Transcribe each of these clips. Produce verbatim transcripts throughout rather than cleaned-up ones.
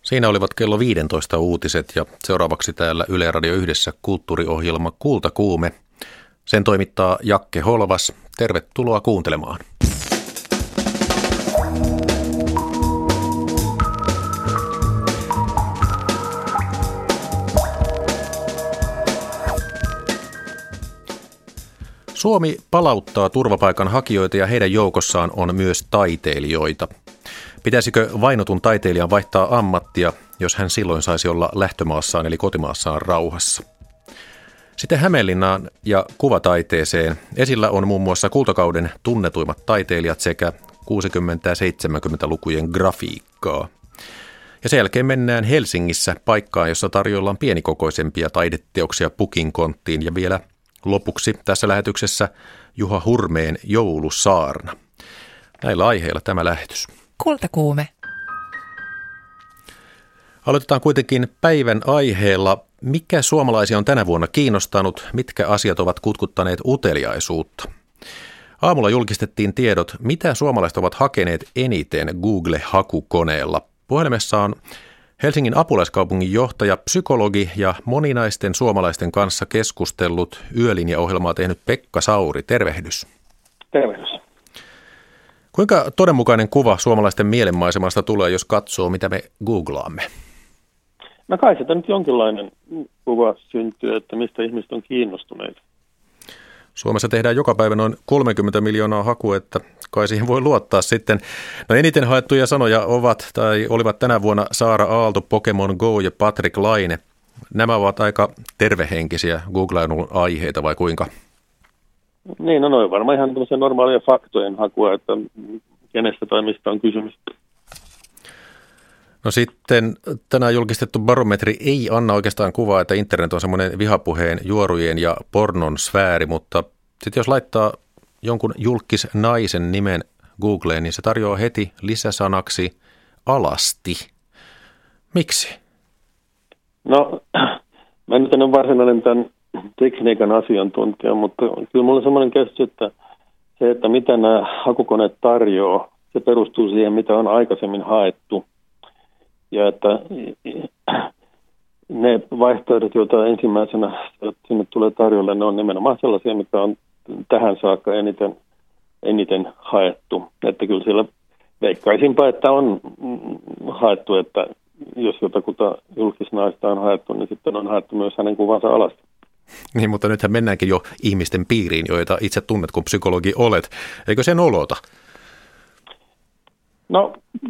Siinä olivat kello viisitoista uutiset ja seuraavaksi täällä Yle Radio yhdessä kulttuuriohjelma Kultakuume. Sen toimittaa Jakke Holvas. Tervetuloa kuuntelemaan. Suomi palauttaa turvapaikanhakijoita ja heidän joukossaan on myös taiteilijoita. Pitäisikö vainotun taiteilijan vaihtaa ammattia, jos hän silloin saisi olla lähtömaassaan eli kotimaassaan rauhassa? Sitten Hämeenlinnaan ja kuvataiteeseen. Esillä on muun muassa kultakauden tunnetuimmat taiteilijat sekä kuusikymmentä- ja seitsemänkymmentälukujen grafiikkaa. Ja sen jälkeen mennään Helsingissä paikkaan, jossa tarjoillaan pienikokoisempia taideteoksia pukinkonttiin ja vielä lopuksi tässä lähetyksessä Juha Hurmeen joulusaarna. Näillä aiheilla tämä lähetys. Kultakuume. Aloitetaan kuitenkin päivän aiheella. Mikä suomalaisia on tänä vuonna kiinnostanut? Mitkä asiat ovat kutkuttaneet uteliaisuutta? Aamulla julkistettiin tiedot, mitä suomalaiset ovat hakeneet eniten Google-hakukoneella. Puhelimessa on Helsingin apulaiskaupungin johtaja, psykologi ja moninaisten suomalaisten kanssa keskustellut Yölinja-ohjelmaa tehnyt Pekka Sauri. Tervehdys. Tervehdys. Kuinka todenmukainen kuva suomalaisten mielenmaisemasta tulee, jos katsoo, mitä me googlaamme? No kai sitä nyt jonkinlainen kuva syntyy, että mistä ihmiset on kiinnostuneita. Suomessa tehdään joka päivä noin kolmekymmentä miljoonaa hakua, että kai siihen voi luottaa sitten. No eniten haettuja sanoja ovat tai olivat tänä vuonna Saara Aalto, Pokemon Go ja Patrick Laine. Nämä ovat aika tervehenkisiä googlailun aiheita vai kuinka? Niin, no noin varmaan ihan tämmöisen normaalia faktojen hakua, että kenestä tai mistä on kysymys. No sitten tänään julkistettu barometri ei anna oikeastaan kuvaa, että internet on semmoinen vihapuheen, juorujen ja pornon sfääri, mutta sitten jos laittaa jonkun julkisnaisen nimen Googleen, niin se tarjoaa heti lisäsanaksi alasti. Miksi? No, mä en nyt ole varsinainen tämän tekniikan asiantuntija, mutta kyllä mulla on semmoinen käsitys, että se, että mitä nämä hakukoneet tarjoaa, se perustuu siihen, mitä on aikaisemmin haettu. Ja että ne vaihtoehdot, joita ensimmäisenä sinne tulee tarjolle, ne on nimenomaan sellaisia, mitä on tähän saakka eniten, eniten haettu. Että kyllä siellä veikkaisinpa, että on haettu, että jos jotakuta julkisnaista on haettu, niin sitten on haettu myös hänen kuvansa alasta. Niin, mutta nythän mennäänkin jo ihmisten piiriin, joita itse tunnet, kun psykologi olet. Eikö sen olota? No,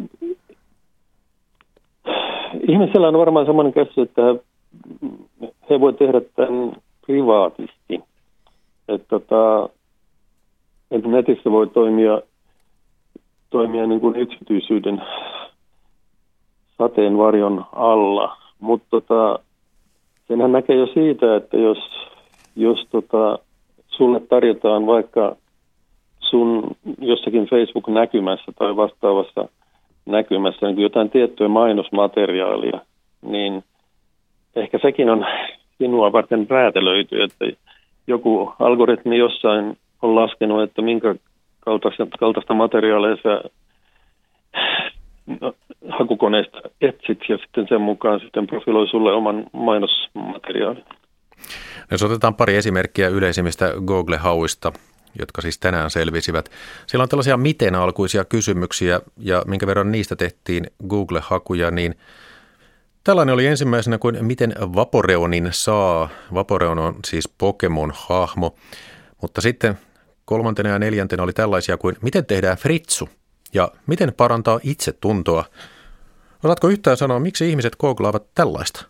ihmisellä on varmaan semmoinen käsitys, että he voi tehdä tämän privaatisti. Että, tota, että netissä voi toimia, toimia niin kuin yksityisyyden sateenvarjon alla, mutta tota, senhän näkee jo siitä, että jos, jos tota, sulle tarjotaan vaikka sun jossakin Facebook-näkymässä tai vastaavassa näkymässä niin jotain tiettyä mainosmateriaalia, niin ehkä sekin on sinua varten räätälöity, että joku algoritmi jossain on laskenut, että minkä kaltaista, kaltaista materiaalia sä no, hakukoneesta etsit ja sitten sen mukaan sitten profiloi sulle oman mainosmateriaalin. Jos otetaan pari esimerkkiä yleisimmistä Google-hauista, jotka siis tänään selvisivät. Siellä on tällaisia miten-alkuisia kysymyksiä ja minkä verran niistä tehtiin Google-hakuja, niin tällainen oli ensimmäisenä kuin miten Vaporeonin saa. Vaporeon on siis Pokemon-hahmo, mutta sitten kolmantena ja neljäntenä oli tällaisia kuin miten tehdään fritsu ja miten parantaa itsetuntoa. Osaatko yhtään sanoa, miksi ihmiset googlaavat tällaista?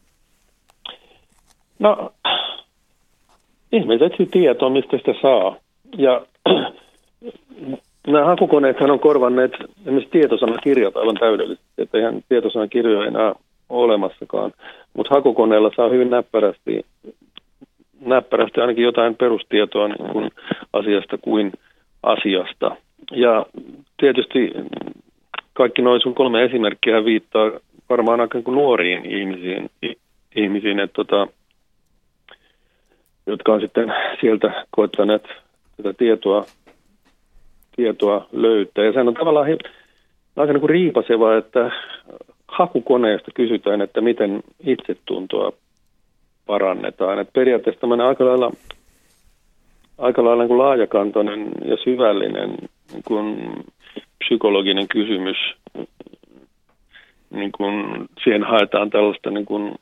No, ihmiset etsii tietoa, mistä sitä saa. Ja nämä hakukoneethan on korvanneet esimerkiksi tietosanakirjat aivan täydellisesti, että eihän tietosanakirjoja enää ole olemassakaan. Mutta hakukoneella saa hyvin näppärästi, näppärästi ainakin jotain perustietoa niin kuin asiasta kuin asiasta. Ja tietysti kaikki noin sun kolme esimerkkiä viittaa varmaan aika kuin nuoriin ihmisiin, ihmisiin että tota, jotka on sitten sieltä koettaneet tätä tietoa, tietoa löytää. Ja sehän on tavallaan aika niin kuin riipasevaa, että hakukoneesta kysytään, että miten itsetuntoa parannetaan. Et periaatteessa tämmöinen aika lailla, aika lailla niin kuin laajakantoinen ja syvällinen niin kuin psykologinen kysymys. Niin kuin siihen haetaan tällaista niin kuin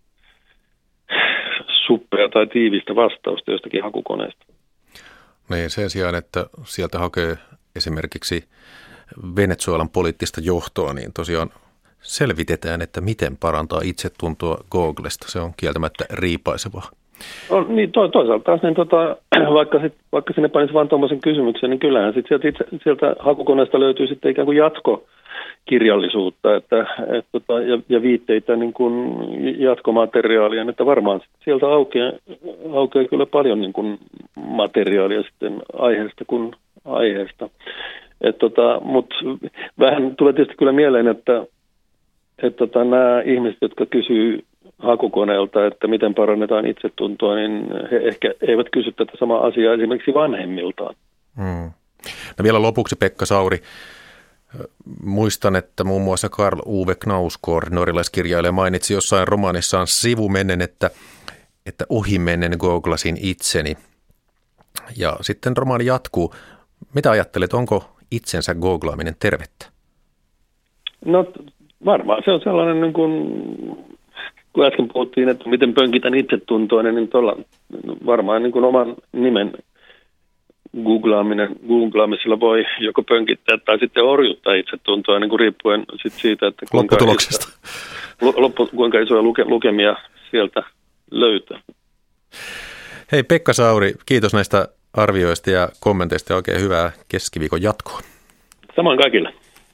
suppea tai tiivistä vastausta jostakin hakukoneesta. Niin, sen sijaan, että sieltä hakee esimerkiksi Venezuelan poliittista johtoa, niin tosiaan selvitetään, että miten parantaa itsetuntoa Googlesta. Se on kieltämättä riipaisevaa. No, niin, to, toisaalta taas, niin tota, vaikka, sit, vaikka sinne panisi vain tuommoisen kysymyksen, niin kyllähän sit sieltä, itse, sieltä hakukoneesta löytyy sitten ikään kuin jatkokirjallisuutta että, et, tota, ja, ja viitteitä niin kuin jatkomateriaalia, että varmaan sieltä aukeaa, aukeaa kyllä paljon niin kuin materiaalia sitten aiheesta kuin aiheesta. Tota, mutta vähän tulee tietysti kyllä mieleen, että, että tota, nämä ihmiset, jotka kysyy hakukoneelta, että miten parannetaan itsetuntoa, niin he ehkä eivät kysy tätä samaa asiaa esimerkiksi vanhemmiltaan. Hmm. No vielä lopuksi, Pekka Sauri, muistan, että muun muassa Karl Ove Knausgård, norjalaiskirjailija, mainitsi jossain romaanissaan sivumennen, että, että ohimennen googlasin itseni. Ja sitten romaani jatkuu. Mitä ajattelet, onko itsensä googlaaminen tervettä? No varmaan se on sellainen, niin kuin, kun äsken puhuttiin, että miten pönkitän itsetuntoa, niin tuolla varmaan niin kuin oman nimen googlaaminen, googlaamisella voi joko pönkittää tai sitten orjuttaa itsetuntoa, niin kuin riippuen sit siitä, että kuinka lopputuloksesta. Iso, loppu, kuinka isoja luke, lukemia sieltä löytää. Hei Pekka Sauri, kiitos näistä arvioista ja kommenteista ja oikein hyvää keskiviikon jatkoa. Samoin kaikille.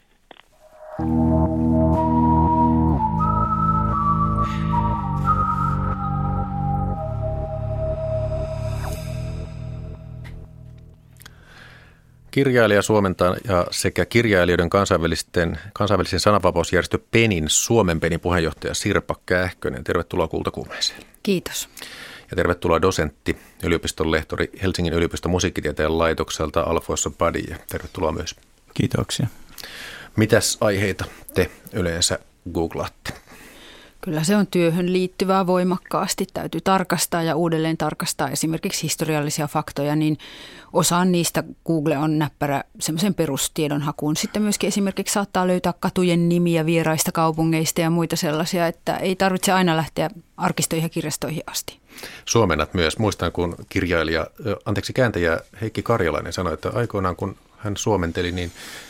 Kirjailija, suomentaja sekä kirjailijoiden kansainvälisten, kansainvälisen sananvapausjärjestö PENin Suomen PENin puheenjohtaja Sirpa Kähkönen. Tervetuloa Kultakuumeeseen. Kiitos. Ja tervetuloa dosentti, yliopiston lehtori Helsingin yliopiston musiikkitieteen laitokselta Alfossa Badia. Tervetuloa myös. Kiitoksia. Mitäs aiheita te yleensä googlaatte? Kyllä se on työhön liittyvää voimakkaasti. Täytyy tarkastaa ja uudelleen tarkastaa esimerkiksi historiallisia faktoja, niin osaan niistä Google on näppärä semmoisen perustiedon hakuun. Sitten myöskin esimerkiksi saattaa löytää katujen nimiä vieraista kaupungeista ja muita sellaisia, että ei tarvitse aina lähteä arkistoihin ja kirjastoihin asti. Suomennat myös. Muistan, kun kirjailija, anteeksi kääntäjä Heikki Karjalainen sanoi, että aikoinaan kun hän suomenteli, niin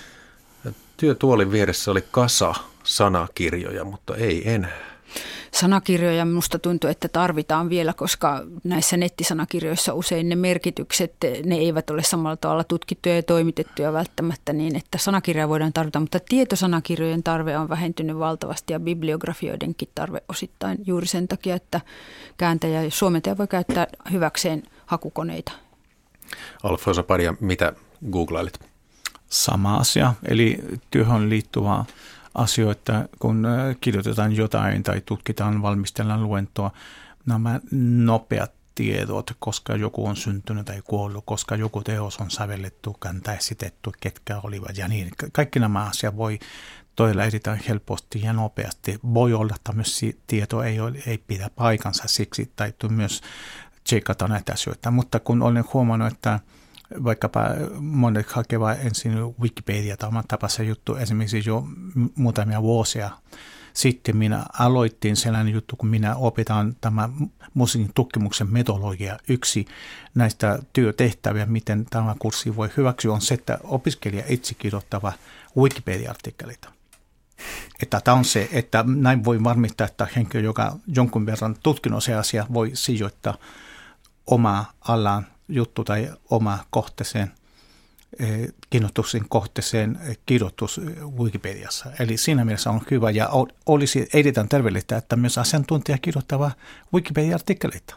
työtuolin vieressä oli kasa sanakirjoja, mutta ei enää. Sanakirjoja minusta tuntuu, että tarvitaan vielä, koska näissä nettisanakirjoissa usein ne merkitykset, ne eivät ole samalla tavalla tutkittuja ja toimitettuja välttämättä niin, että sanakirjaa voidaan tarvita, mutta tietosanakirjojen tarve on vähentynyt valtavasti ja bibliografioidenkin tarve osittain juuri sen takia, että kääntäjä ja suomentaja voi käyttää hyväkseen hakukoneita. Alfoisa Badia, mitä googlailit? Sama asia, eli työhön liittyvää asioita, kun kirjoitetaan jotain tai tutkitaan, valmistellaan luentoa, nämä nopeat tiedot, koska joku on syntynyt tai kuollut, koska joku teos on sävelletty, tai esitetty, ketkä olivat ja niin. Kaikki nämä asiat voi toilla erittäin helposti ja nopeasti. Voi olla, että myös tieto ei, ole, ei pidä paikansa, siksi täytyy myös tsekata näitä asioita. Mutta kun olen huomannut, että vaikkapa monet hakevat ensin Wikipedia, tämä tapassa juttu esimerkiksi jo muutamia vuosia sitten minä aloitin sellainen juttu, kun minä opetan tämä musiikin tutkimuksen metodologia. Yksi näistä työtehtäviä, miten tämä kurssi voi hyväksyä, on se, että opiskelija itse kirjoittava Wikipedia-artikkeleita. Että tämä on se, että näin voi varmistaa, että henkilö, joka jonkun verran tutkinut se asia, voi sijoittaa omaa alan juttu tai oma kohteeseen, kiinnostuksen kohteeseen kirjoitus Wikipediassa. Eli siinä mielessä on hyvä ja olisi erittäin terveellistä, että myös asiantuntija kirjoittava Wikipedia-artikkeleita.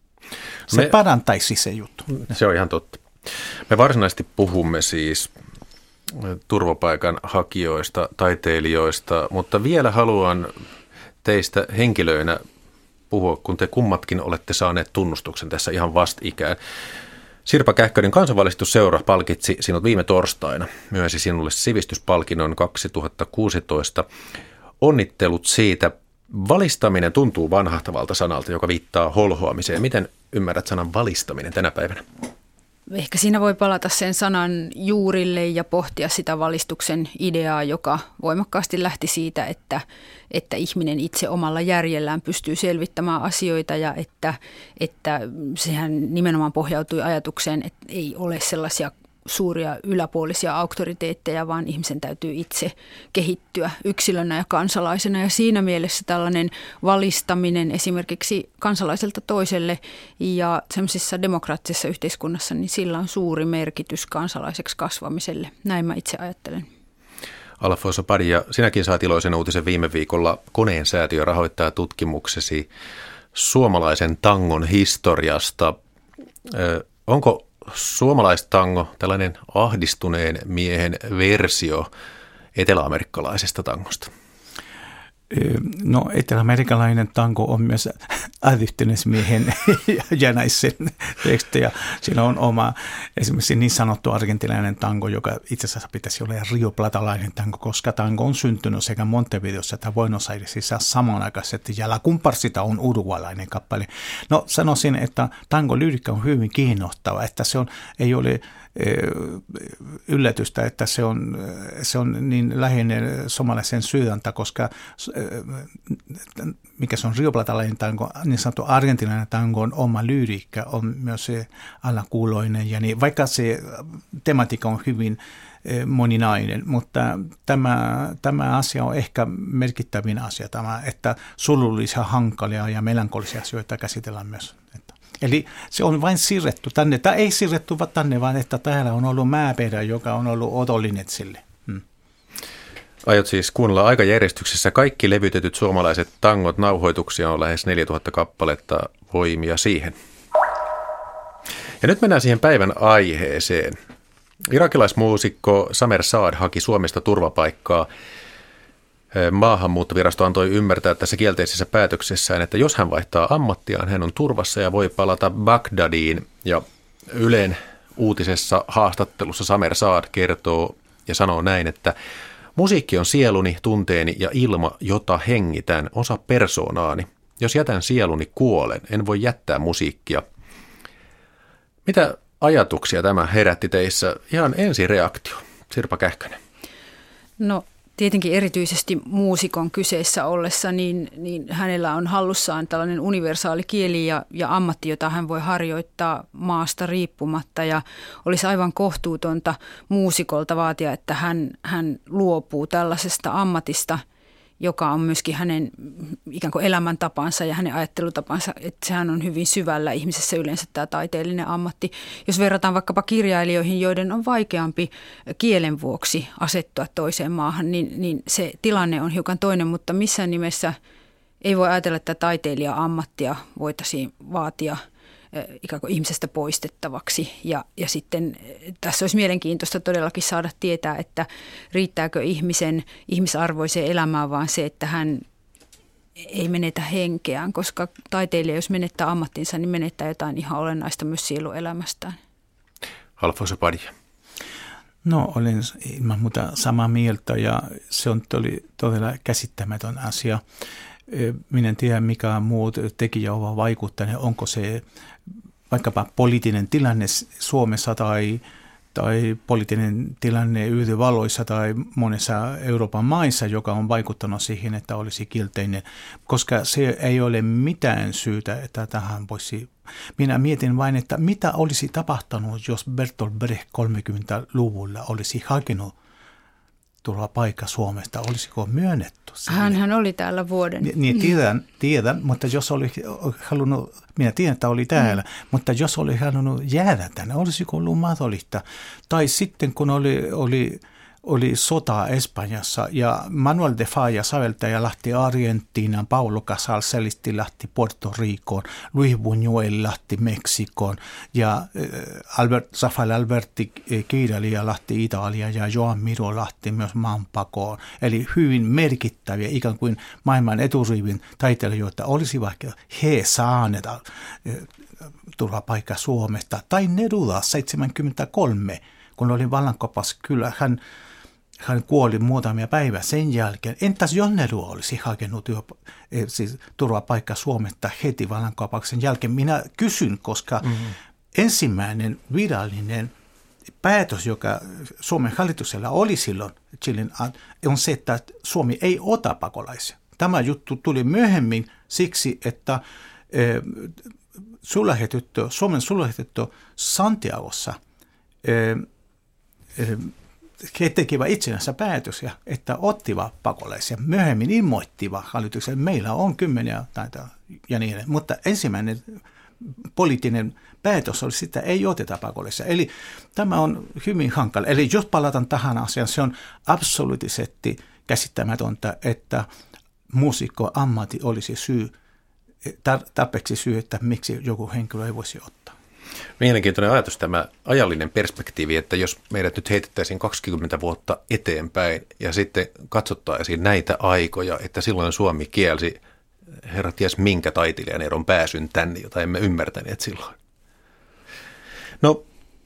Se Me, parantaisi se juttu. Se on ihan totta. Me varsinaisesti puhumme siis turvapaikan hakijoista, taiteilijoista, mutta vielä haluan teistä henkilöinä puhua, kun te kummatkin olette saaneet tunnustuksen tässä ihan vastikään. Sirpa Kähkönen, kansanvalistusseura palkitsi sinut viime torstaina, myönsi sinulle sivistyspalkinnon kaksituhattakuusitoista. onnittelut siitä. Valistaminen tuntuu vanhahtavalta sanalta, joka viittaa holhoamiseen. Miten ymmärrät sanan valistaminen tänä päivänä? Ehkä siinä voi palata sen sanan juurille ja pohtia sitä valistuksen ideaa, joka voimakkaasti lähti siitä, että, että ihminen itse omalla järjellään pystyy selvittämään asioita ja että, että sehän nimenomaan pohjautui ajatukseen, että ei ole sellaisia suuria yläpuolisia auktoriteetteja, vaan ihmisen täytyy itse kehittyä yksilönä ja kansalaisena. Ja siinä mielessä tällainen valistaminen esimerkiksi kansalaiselta toiselle ja semmoisessa demokraattisessa yhteiskunnassa, niin sillä on suuri merkitys kansalaiseksi kasvamiselle. Näin mä itse ajattelen. Alfonso Padilla, sinäkin saat iloisen uutisen viime viikolla. Koneen säätiö rahoittaa tutkimuksesi suomalaisen tangon historiasta. Ö, onko suomalaistango tällainen ahdistuneen miehen versio eteläamerikkalaisesta tangosta? No, eteläamerikkalainen tango on myös ahdistuneen jänäisen tekstejä. Siinä on oma esimerkiksi niin sanottu argentilainen tango, joka itse asiassa pitäisi olla rioplatalainen tango, koska tango on syntynyt sekä Montevideossa että Buenos Airesissa samanaikaisesti, ja La Comparsita on urugualainen kappale. No, sanoisin, että tango-lyriikka on hyvin kiinnostava, että se on, ei ole yllätystä, että se on, se on niin lähinnä suomalaisen sydäntä, koska mikä se on rioplatalainen tango, niin sanottu argentinainen tango on oma lyriikka, on myös alakuuloinen, ja niin, vaikka se tematiikka on hyvin moninainen, mutta tämä, tämä asia on ehkä merkittävin asia, tämä, että sulullisia, hankalia ja melankolisia asioita käsitellään myös. Eli se on vain siirretty tänne, tai ei siirretty tänne, vaan että täällä on ollut maaperä, joka on ollut otollinen sille. Hmm. Aiot siis kuunnella aikajärjestyksessä kaikki levytetyt suomalaiset tangot, nauhoituksia on lähes neljätuhatta kappaletta, voimia siihen. Ja nyt mennään siihen päivän aiheeseen. Irakilaismuusikko Samer Saad haki Suomesta turvapaikkaa. Maahanmuuttovirasto antoi ymmärtää tässä kielteisessä päätöksessään, että jos hän vaihtaa ammattiaan, hän on turvassa ja voi palata Bagdadiin. Ja Ylen uutisessa haastattelussa Samer Saad kertoo ja sanoo näin, että musiikki on sieluni, tunteeni ja ilma, jota hengitän, osa persoonaani. Jos jätän sieluni, kuolen, en voi jättää musiikkia. Mitä ajatuksia tämä herätti teissä? Ihan ensireaktio, Sirpa Kähkönen. No tietenkin erityisesti muusikon kyseessä ollessa, niin, niin hänellä on hallussaan tällainen universaali kieli ja, ja ammatti, jota hän voi harjoittaa maasta riippumatta. Ja olisi aivan kohtuutonta muusikolta vaatia, että hän, hän luopuu tällaisesta ammatista, joka on myöskin hänen ikään kuin elämäntapansa ja hänen ajattelutapansa, että sehän on hyvin syvällä ihmisessä yleensä tämä taiteellinen ammatti. Jos verrataan vaikkapa kirjailijoihin, joiden on vaikeampi kielen vuoksi asettua toiseen maahan, niin, niin se tilanne on hiukan toinen, mutta missään nimessä ei voi ajatella, että taiteilija-ammattia voitaisiin vaatia ikään kuin ihmisestä poistettavaksi. Ja, ja sitten tässä olisi mielenkiintoista todellakin saada tietää, että riittääkö ihmisen ihmisarvoiseen elämään vaan se, että hän ei menetä henkeään, koska taiteilija, jos menettää ammattinsa, niin menettää jotain ihan olennaista myös sieluelämästään. Alfonso Padilla. No, olen ilman muuta samaa mieltä ja se on todella käsittämätön asia. Minä en tiedä, mikä muut tekijä ovat vaikuttaneet. Onko se vaikkapa poliittinen tilanne Suomessa tai, tai poliittinen tilanne Yhdysvalloissa tai monessa Euroopan maissa, joka on vaikuttanut siihen, että olisi kielteinen, koska se ei ole mitään syytä, että tähän voisi. Minä mietin vain, että mitä olisi tapahtunut, jos Bertolt Brecht kolmekymmentäluvulla olisi hakenut turvapaikka Suomesta, olisiko myönnetty sille? Hänhän oli täällä vuoden. Niin, niin tiedän, tiedän, mutta jos oli halunnut, minä tiedän, että oli täällä, mm. mutta jos oli halunnut jäädä tänne, olisiko ollut mahdollista? Tai sitten kun oli, oli, oli sota Espanjassa ja Manuel de Falla säveltäjä lähti Argentiinaan, Paulo Casal selisti lähti Puerto Ricoon, Luis Buñuel lähti Meksikoon ja Albert, Rafael Alberti kirjailija lähti Italiaan ja Joan Miro lähti myös maanpakoon. Eli hyvin merkittäviä ikään kuin maailman eturiivin taiteilijoita olisi vaikka he saaneet turvapaikka Suomesta tai Neruda seitsemänkymmentäkolme, kun oli vallankapas, kyllä hän hän kuoli muutamia päivää sen jälkeen. Entäs Jonneru olisi hakenut työ, siis turvapaikka Suomesta heti vallankumouksen jälkeen? Minä kysyn, koska mm-hmm. ensimmäinen virallinen päätös, joka Suomen hallituksella oli silloin, on se, että Suomi ei ota pakolaisia. Tämä juttu tuli myöhemmin siksi, että suljetettu, Suomen suljetettu Santiagossa he tekivät itsenänsä päätös, että ottivat pakolaisia. Myöhemmin ilmoittivat hallitukselle, että meillä on kymmeniä näitä ja niin edelleen. Mutta ensimmäinen poliittinen päätös oli sitä, ei oteta pakolaisia. Eli tämä on hyvin hankala. Eli jos palataan tähän asiaan, se on absoluuttisesti käsittämätöntä, että muusikko ammatti olisi syy, tarpeeksi syy, että miksi joku henkilö ei voisi ottaa. Mielenkiintoinen ajatus tämä ajallinen perspektiivi, että jos meidät nyt heitettäisiin kaksikymmentä vuotta eteenpäin ja sitten katsottaisiin näitä aikoja, että silloin Suomi kielsi herra ties minkä taiteilijan eron pääsyn tänne, jota emme ymmärtäneet silloin. No,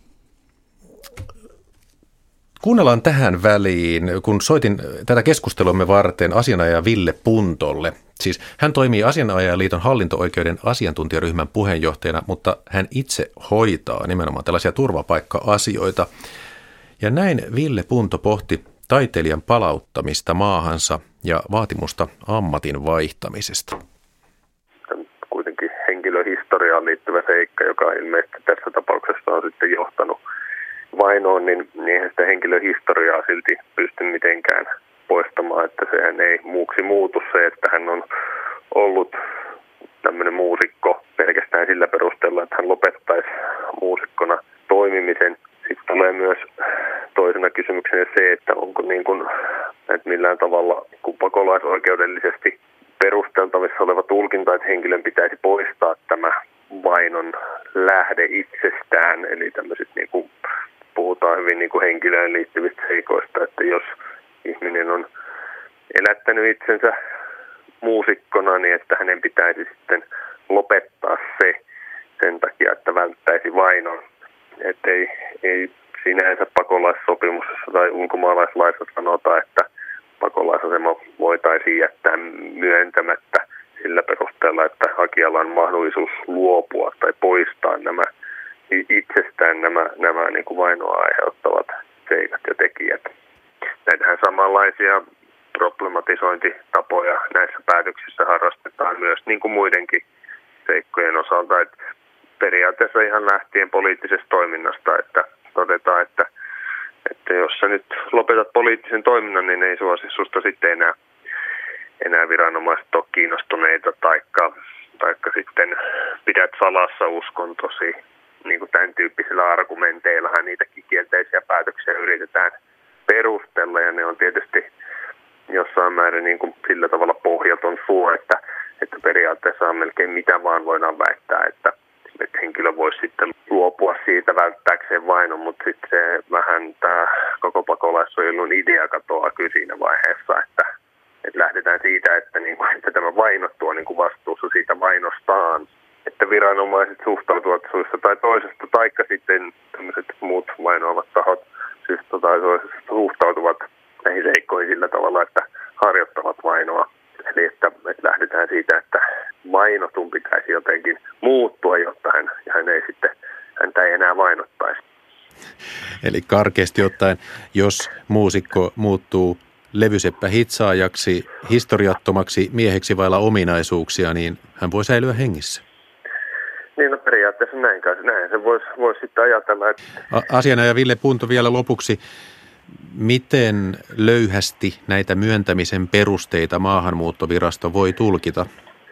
kuunnellaan tähän väliin, kun soitin tätä keskustelumme varten asianajaja Ville Puntolle. Siis hän toimii Asianajajaliiton hallinto-oikeuden asiantuntijaryhmän puheenjohtajana, mutta hän itse hoitaa nimenomaan tällaisia turvapaikka-asioita. Ja näin Ville Punto pohti taiteilijan palauttamista maahansa ja vaatimusta ammatin vaihtamisesta. Kuitenkin henkilöhistoriaan liittyvä seikka, joka ilmeisesti tässä tapauksessa on sitten johtanut vainoon, niin eihän sitä henkilöhistoriaa silti pysty mitenkään poistamaan, että sehän ei muuksi muutu se, että hän on ollut tämmöinen muusikko pelkästään sillä perusteella, että hän lopettaisi muusikkona toimimisen. Sitten tulee myös toisena kysymyksenä se, että onko niin kuin, että millään tavalla kun pakolaisoikeudellisesti perusteltavissa oleva tulkinta, että henkilön pitäisi poistaa tämä vainon lähde itsestään, eli tämmöiset niin kuin puhutaan hyvin niin kuin henkilöön liittyvistä seikoista, että jos ihminen on elättänyt itsensä muusikkona, niin että hänen pitäisi sitten lopettaa se sen takia, että välttäisi vainon. Että ei, ei sinänsä pakolaissopimuksessa tai ulkomaalaislaissa sanota, että pakolaisasema voitaisiin jättää myöntämättä sillä perusteella, että hakijalla on mahdollisuus luopua tai poistaa nämä itsestään nämä, nämä niin kuin vainoa aiheuttavat seikat ja tekijät. Näitähän samanlaisia problematisointitapoja näissä päätöksissä harrastetaan myös niin kuin muidenkin seikkojen osalta. Että periaatteessa ihan lähtien poliittisesta toiminnasta, että todetaan, että, että jos sä nyt lopetat poliittisen toiminnan, niin ei suosi susta sitten enää, enää viranomaiset ole kiinnostuneita, taikka, taikka sitten pidät salassa uskontosi. Niin kuin tämän tyyppisillä argumenteillahan niitäkin kielteisiä päätöksiä yritetään perustella, ja ne on tietysti jossain määrin niin kuin sillä tavalla pohjaton suo, että, että periaatteessa on melkein mitä vaan voidaan väittää, että, että henkilö voisi sitten luopua siitä välttääkseen vainon, mutta sitten se vähän tämä koko pakolaissuojelun idea katoaa kyllä siinä vaiheessa, että, että lähdetään siitä, että, niin kuin, että tämä vainottu on niin kuin vastuussa siitä vainostaan, että viranomaiset suhtautuvat syystä tai toisesta, taikka sitten tämmöiset muut vainoavat tahot syystä tai toisesta suhtautuvat näihin seikkoihin sillä tavalla, että harjoittavat vainoa. Eli että, että lähdetään siitä, että vainotun pitäisi jotenkin muuttua, jotta hän, hän ei sitten, häntä ei enää vainottaisi. Eli karkeasti ottaen, jos muusikko muuttuu levyseppä hitsaajaksi, historiattomaksi mieheksi vailla ominaisuuksia, niin hän voi säilyä hengissä. Niin, no periaatteessa näin, näin se voisi vois sitten ajatella. Että... Asianajaja Ville Punto vielä lopuksi. Miten löyhästi näitä myöntämisen perusteita Maahanmuuttovirasto voi tulkita?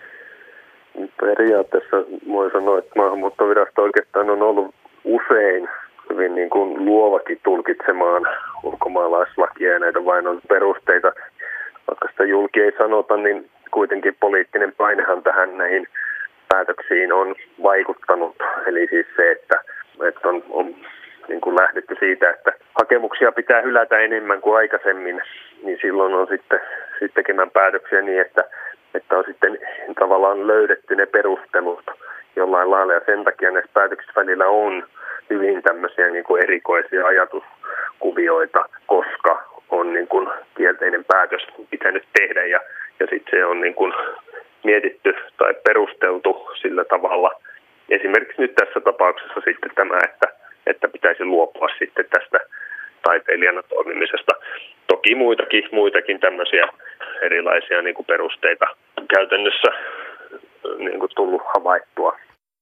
Periaatteessa voi sanoa, että Maahanmuuttovirasto oikeastaan on ollut usein hyvin niin kuin luovakin tulkitsemaan ulkomaalaislakia ja näitä vainon perusteita. Vaikka sitä julki ei sanota, niin kuitenkin poliittinen painehan tähän näihin päätöksiin on vaikuttanut. Eli siis se, että, että on, on niin kuin lähdetty siitä, että hakemuksia pitää hylätä enemmän kuin aikaisemmin, niin silloin on sitten, sitten tekemään päätöksiä niin, että, että on sitten tavallaan löydetty ne perustelut jollain lailla. Ja sen takia näissä päätöksissä välillä on hyvin tämmöisiä niin kuin erikoisia ajatuskuvioita, koska on niin kuin kielteinen päätös pitänyt tehdä ja, ja sitten se on niin kuin mietitty tai perusteltu sillä tavalla. Esimerkiksi nyt tässä tapauksessa sitten tämä, että, että pitäisi luopua sitten tästä taiteilijana toimimisesta. Toki muitakin, muitakin tämmöisiä erilaisia niin kuin perusteita käytännössä niin kuin tullut havaittua.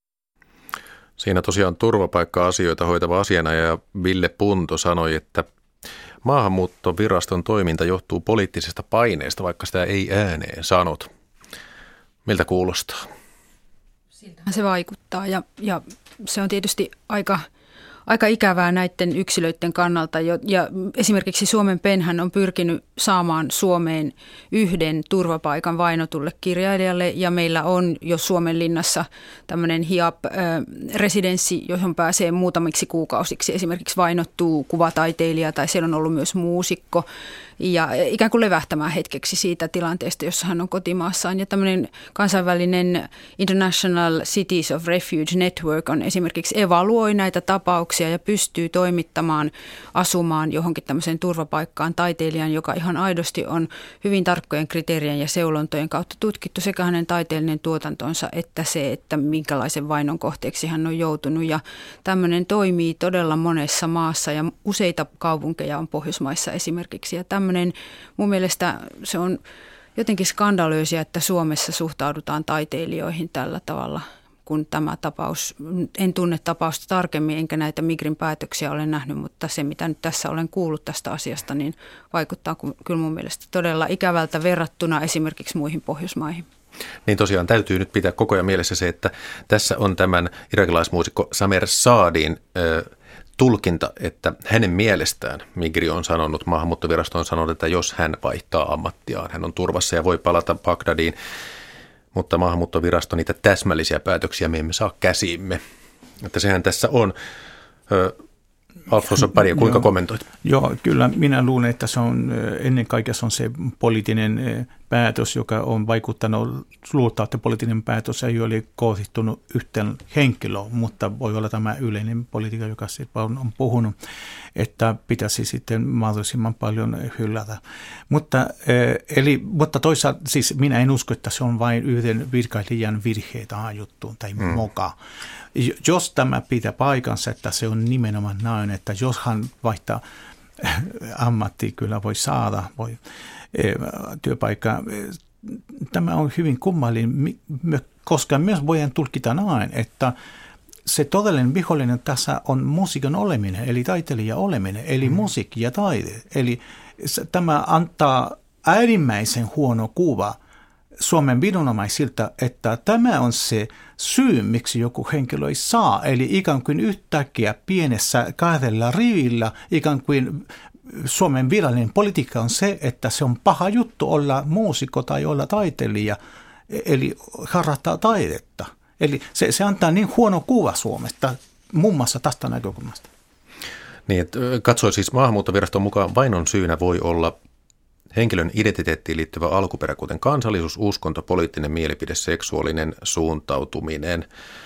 Siinä tosiaan turvapaikka-asioita hoitava asianajaja Ville Punto sanoi, että Maahanmuuttoviraston toiminta johtuu poliittisesta paineesta, vaikka sitä ei ääneen sanot. Miltä kuulostaa? Siltähän se vaikuttaa ja, ja se on tietysti aika, aika ikävää näiden yksilöiden kannalta. Ja esimerkiksi Suomen PENhän on pyrkinyt saamaan Suomeen yhden turvapaikan vainotulle kirjailijalle ja meillä on jo Suomenlinnassa tämmöinen H I A P-residenssi, johon pääsee muutamiksi kuukausiksi. Esimerkiksi vainottuu kuvataiteilija tai siellä on ollut myös muusikko ja ikään kuin levähtämään hetkeksi siitä tilanteesta, jossa hän on kotimaassaan. Ja tämmöinen kansainvälinen International Cities of Refuge Network on esimerkiksi evaluoi näitä tapauksia ja pystyy toimittamaan asumaan johonkin tämmöiseen turvapaikkaan taiteilijan, joka ihan aidosti on hyvin tarkkojen kriteerien ja seulontojen kautta tutkittu sekä hänen taiteellinen tuotantonsa että se, että minkälaisen vainon kohteeksi hän on joutunut. Ja tämmöinen toimii todella monessa maassa ja useita kaupunkeja on Pohjoismaissa esimerkiksi. Ja tämmöinen mun mielestä se on jotenkin skandalöisiä, että Suomessa suhtaudutaan taiteilijoihin tällä tavalla, kun tämä tapaus, en tunne tapausta tarkemmin, enkä näitä Migrin päätöksiä ole nähnyt, mutta se mitä nyt tässä olen kuullut tästä asiasta, niin vaikuttaa kyllä mun mielestä todella ikävältä verrattuna esimerkiksi muihin Pohjoismaihin. Niin tosiaan täytyy nyt pitää koko ajan mielessä se, että tässä on tämän irakilaismuusikko Samer Saadin ö, tulkinta, että hänen mielestään Migri on sanonut, Maahanmuuttovirasto on sanonut, että jos hän vaihtaa ammattiaan, hän on turvassa ja voi palata Bagdadiin, mutta Maahanmuuttovirasto niitä täsmällisiä päätöksiä me emme saa käsiimme. Että sehän tässä on. Alfonso Paria, kuinka joo, kommentoit? Joo, kyllä minä luulen, että se on ennen kaikkea se on se poliittinen päätös, joka on vaikuttanut, luultaa, että poliittinen päätös ei ole kohdistunut yhteen henkilöön, mutta voi olla tämä yleinen politiikka, joka on, on puhunut, että pitäisi sitten mahdollisimman paljon hylätä. Mutta, eli, mutta toisaalta siis minä en usko, että se on vain yhden virkailijan virhe tähän juttuun tai mm. moka. Jos tämä pitää paikansa, että se on nimenomaan näin, että jos hän vaihtaa ammatti, kyllä voi saada voi, työpaikka. Tämä on hyvin kummallinen, koska myös voidaan tulkita näin, että se todellinen vihollinen tässä on musiikan oleminen, eli taiteilija oleminen, eli mm. musiikki ja taide. Eli tämä antaa äärimmäisen huono kuva Suomen viranomaisilta, että tämä on se syy, miksi joku henkilö ei saa. Eli ikään kuin yhtäkkiä pienessä kahdella rivillä, ikään kuin Suomen virallinen politiikka on se, että se on paha juttu olla muusikko tai olla taiteilija, eli harrastaa taidetta. Eli se, se antaa niin huono kuva Suomesta, muun muassa tästä näkökulmasta. Niin, että katsoi siis Maahanmuuttoviraston mukaan vainon syynä voi olla henkilön identiteettiin liittyvä alkuperä, kuten kansallisuus, uskonto, poliittinen mielipide, seksuaalinen suuntautuminen.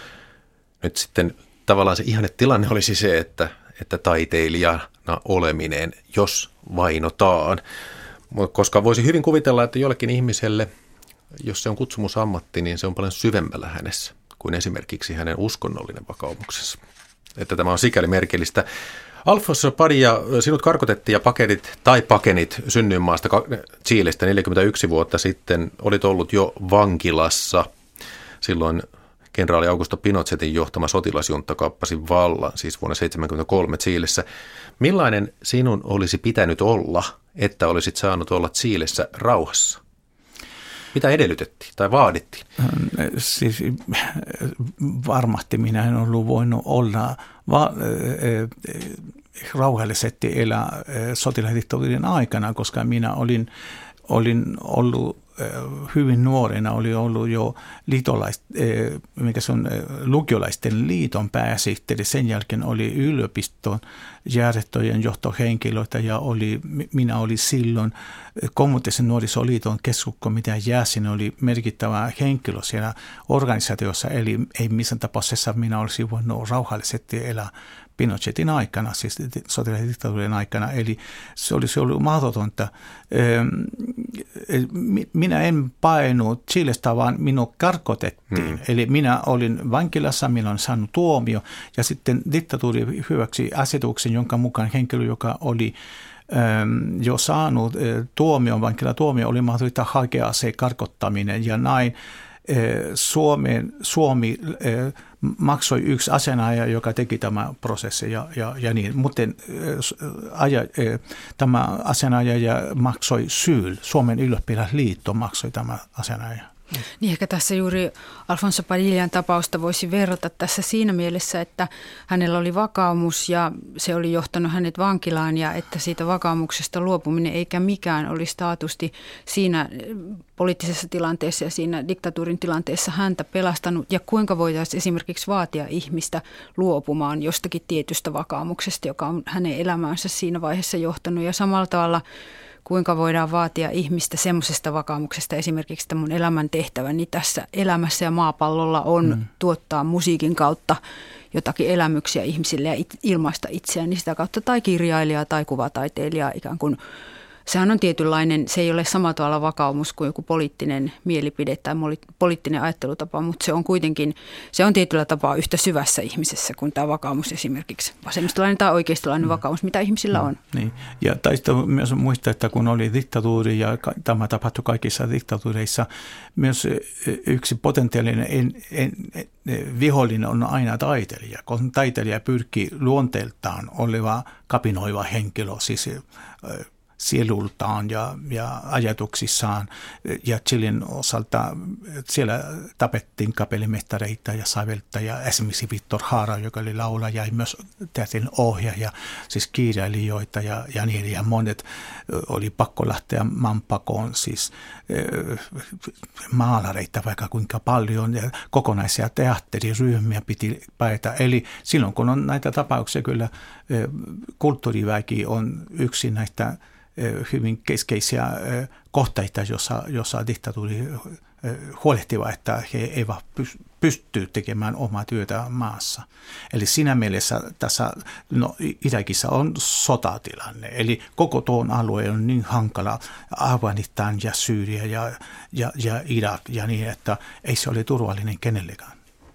Nyt sitten tavallaan se ihanne tilanne olisi se, että, että taiteilijana oleminen, jos vainotaan. Koska voisi hyvin kuvitella, että jollekin ihmiselle, jos se on kutsumusammatti, niin se on paljon syvemmällä hänessä kuin esimerkiksi hänen uskonnollinen vakaumuksensa. Että tämä on sikäli merkillistä. Alfonso Paria, sinut karkotettiin ja pakenit tai pakenit synnyinmaasta Chilestä neljäkymmentäyksi vuotta sitten. Olit ollut jo vankilassa. Silloin kenraali Augusto Pinochetin johtama sotilasjuntta kaappasi vallan, siis vuonna seitsemänkymmentäkolme Chilessä. Millainen sinun olisi pitänyt olla, että olisit saanut olla Chilessä rauhassa? Mitä edellytettiin tai vaadittiin? Siis varmasti minä en ollut voinut olla va- rauhallisesti elää sotilasdiktatuurin aikana, koska minä olin, olin ollut hyvin nuorena oli ollut jo liitolais, mikä se on, lukiolaisten liiton pääsihteeri. Sen jälkeen oli yliopiston järjestöjen johtohenkilöitä ja oli, minä olin silloin kommunistisen nuorisoliiton keskuskomitean jäsen, oli merkittävä henkilö siellä organisaatiossa, eli ei missään tapauksessa minä olisin voinut rauhallisesti elää Pinochetin aikana, siis sotilasdiktatuurin aikana, eli se olisi ollut mahdotonta. Minä en painut Chilestä, vaan minut karkotettiin. Hmm. Eli minä olin vankilassa, minä olen saanut tuomio, ja sitten diktatuuri hyväksyi asetuksen, jonka mukaan henkilö, joka oli jo saanut tuomion, vankilatuomio, oli mahdollista hakea se karkottaminen, ja näin Suomen, Suomi maksoi yksi asianajaja, joka teki tämä prosessi ja, ja, ja niin. Mutta aja, tämä asianajaja maksoi Syl, Suomen ylioppilasliitto maksoi tämä asianajaja. Niin ehkä tässä juuri Alfonso Padillan tapausta voisi verrata tässä siinä mielessä, että hänellä oli vakaumus ja se oli johtanut hänet vankilaan ja että siitä vakaumuksesta luopuminen eikä mikään olisi taatusti siinä poliittisessa tilanteessa ja siinä diktatuurin tilanteessa häntä pelastanut ja kuinka voitaisiin esimerkiksi vaatia ihmistä luopumaan jostakin tietystä vakaumuksesta, joka on hänen elämäänsä siinä vaiheessa johtanut ja samalla tavalla kuinka voidaan vaatia ihmistä semmoisesta vakaumuksesta, esimerkiksi että mun elämän tehtäväni tässä elämässä ja maapallolla on mm. tuottaa musiikin kautta jotakin elämyksiä ihmisille ja it, ilmaista itseään, niin sitä kautta tai kirjailija tai kuvataiteilija ikään kuin. Sehän on tietynlainen, se ei ole samalla tavalla vakaumus kuin joku poliittinen mielipide tai poliittinen ajattelutapa, mutta se on kuitenkin, se on tietyllä tapaa yhtä syvässä ihmisessä kuin tämä vakaumus esimerkiksi. Vasemmistolainen tai oikeistolainen mm. vakaumus, mitä ihmisillä on. Mm. Niin. Ja taisi myös muistaa, että kun oli diktatuuri ja tämä tapahtui kaikissa diktatuureissa, myös yksi potentiaalinen en, en, en, vihollinen on aina taiteilija, kun taiteilija pyrkii luonteeltaan oleva kapinoiva henkilö, siis sielultaan ja, ja ajatuksissaan. Ja Chilen osalta siellä tapettiin kapellimestareita ja säveltäjiä, esimerkiksi Victor Jara, joka oli laulaja, ja myös teatterin ohjaaja, siis kirjailijoita ja, ja niin, ja monet oli pakko lähteä maanpakoon, siis maalareita vaikka kuinka paljon, ja kokonaisia teatteriryhmiä piti päätä. Eli silloin, kun on näitä tapauksia, kyllä kulttuuriväki on yksi näistä hyvin keskeisiä kohteita, jossa, jossa diktatuuri huolehtiva, että he eivät pysty tekemään omaa työtä maassa. Eli siinä mielessä tässä no, Irakissa on sotatilanne, eli koko tuon alueen on niin hankala, Afganistan ja Syyria ja, ja, ja Irak ja niin, että ei se ole turvallinen kenellekään.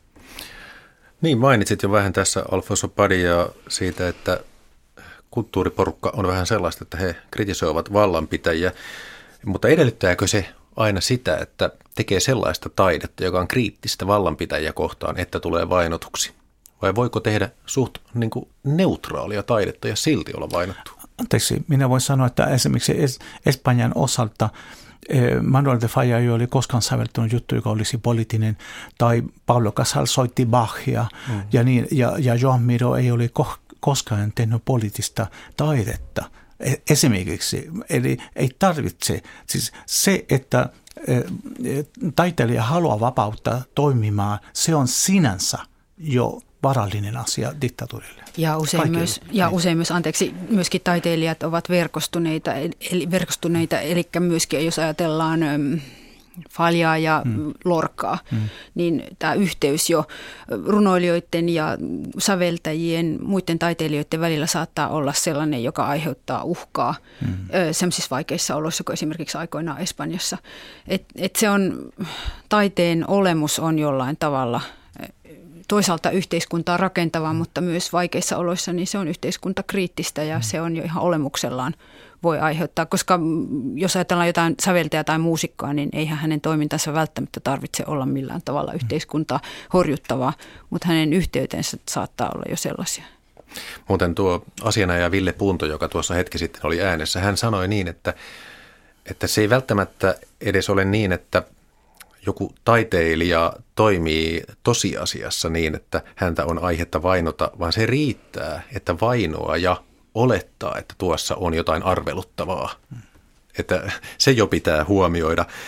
Niin, mainitsit jo vähän tässä Alfonso Padilhaa siitä, että kulttuuriporukka on vähän sellaista, että he kritisoivat vallanpitäjiä, mutta edellyttääkö se aina sitä, että tekee sellaista taidetta, joka on kriittistä vallanpitäjiä kohtaan, että tulee vainotuksi? Vai voiko tehdä suht niin kuin neutraalia taidetta ja silti olla vainottu? Anteeksi, minä voin sanoa, että esimerkiksi es- Espanjan osalta Manuel de Falla ei ole koskaan säveltänyt juttu, joka olisi poliittinen, tai Pablo Casal soitti Bachia, mm. ja, niin, ja, ja Joan Miró ei ole ko- koskaan tehnyt poliittista taidetta esimerkiksi. Eli ei tarvitse. Siis se, että taiteilija haluaa vapauttaa toimimaan, se on sinänsä jo varallinen asia diktatuurille. Ja usein myös, ja usein myös, anteeksi, myöskin taiteilijat ovat verkostuneita, eli, verkostuneita, eli myöskin jos ajatellaan Faljaa ja hmm. Lorcaa, hmm. niin tämä yhteys jo runoilijoiden ja säveltäjien, muiden taiteilijoiden välillä saattaa olla sellainen, joka aiheuttaa uhkaa hmm. sellaisissa vaikeissa oloissa kuin esimerkiksi aikoinaan Espanjassa. Et, et se on, taiteen olemus on jollain tavalla toisaalta yhteiskuntaa rakentavaa, mutta myös vaikeissa oloissa niin se on yhteiskuntakriittistä ja se on jo ihan olemuksellaan voi aiheuttaa, koska jos ajatellaan jotain säveltäjää tai muusikkoa, niin eihän hänen toimintansa välttämättä tarvitse olla millään tavalla yhteiskuntaa horjuttavaa, mutta hänen yhteytensä saattaa olla jo sellaisia. Muuten tuo asianajaja Ville Punto, joka tuossa hetki sitten oli äänessä, hän sanoi niin, että, että se ei välttämättä edes ole niin, että joku taiteilija toimii tosiasiassa niin, että häntä on aihetta vainota, vaan se riittää, että vainoa ja olettaa, että tuossa on jotain arveluttavaa. Että se jo pitää huomioida.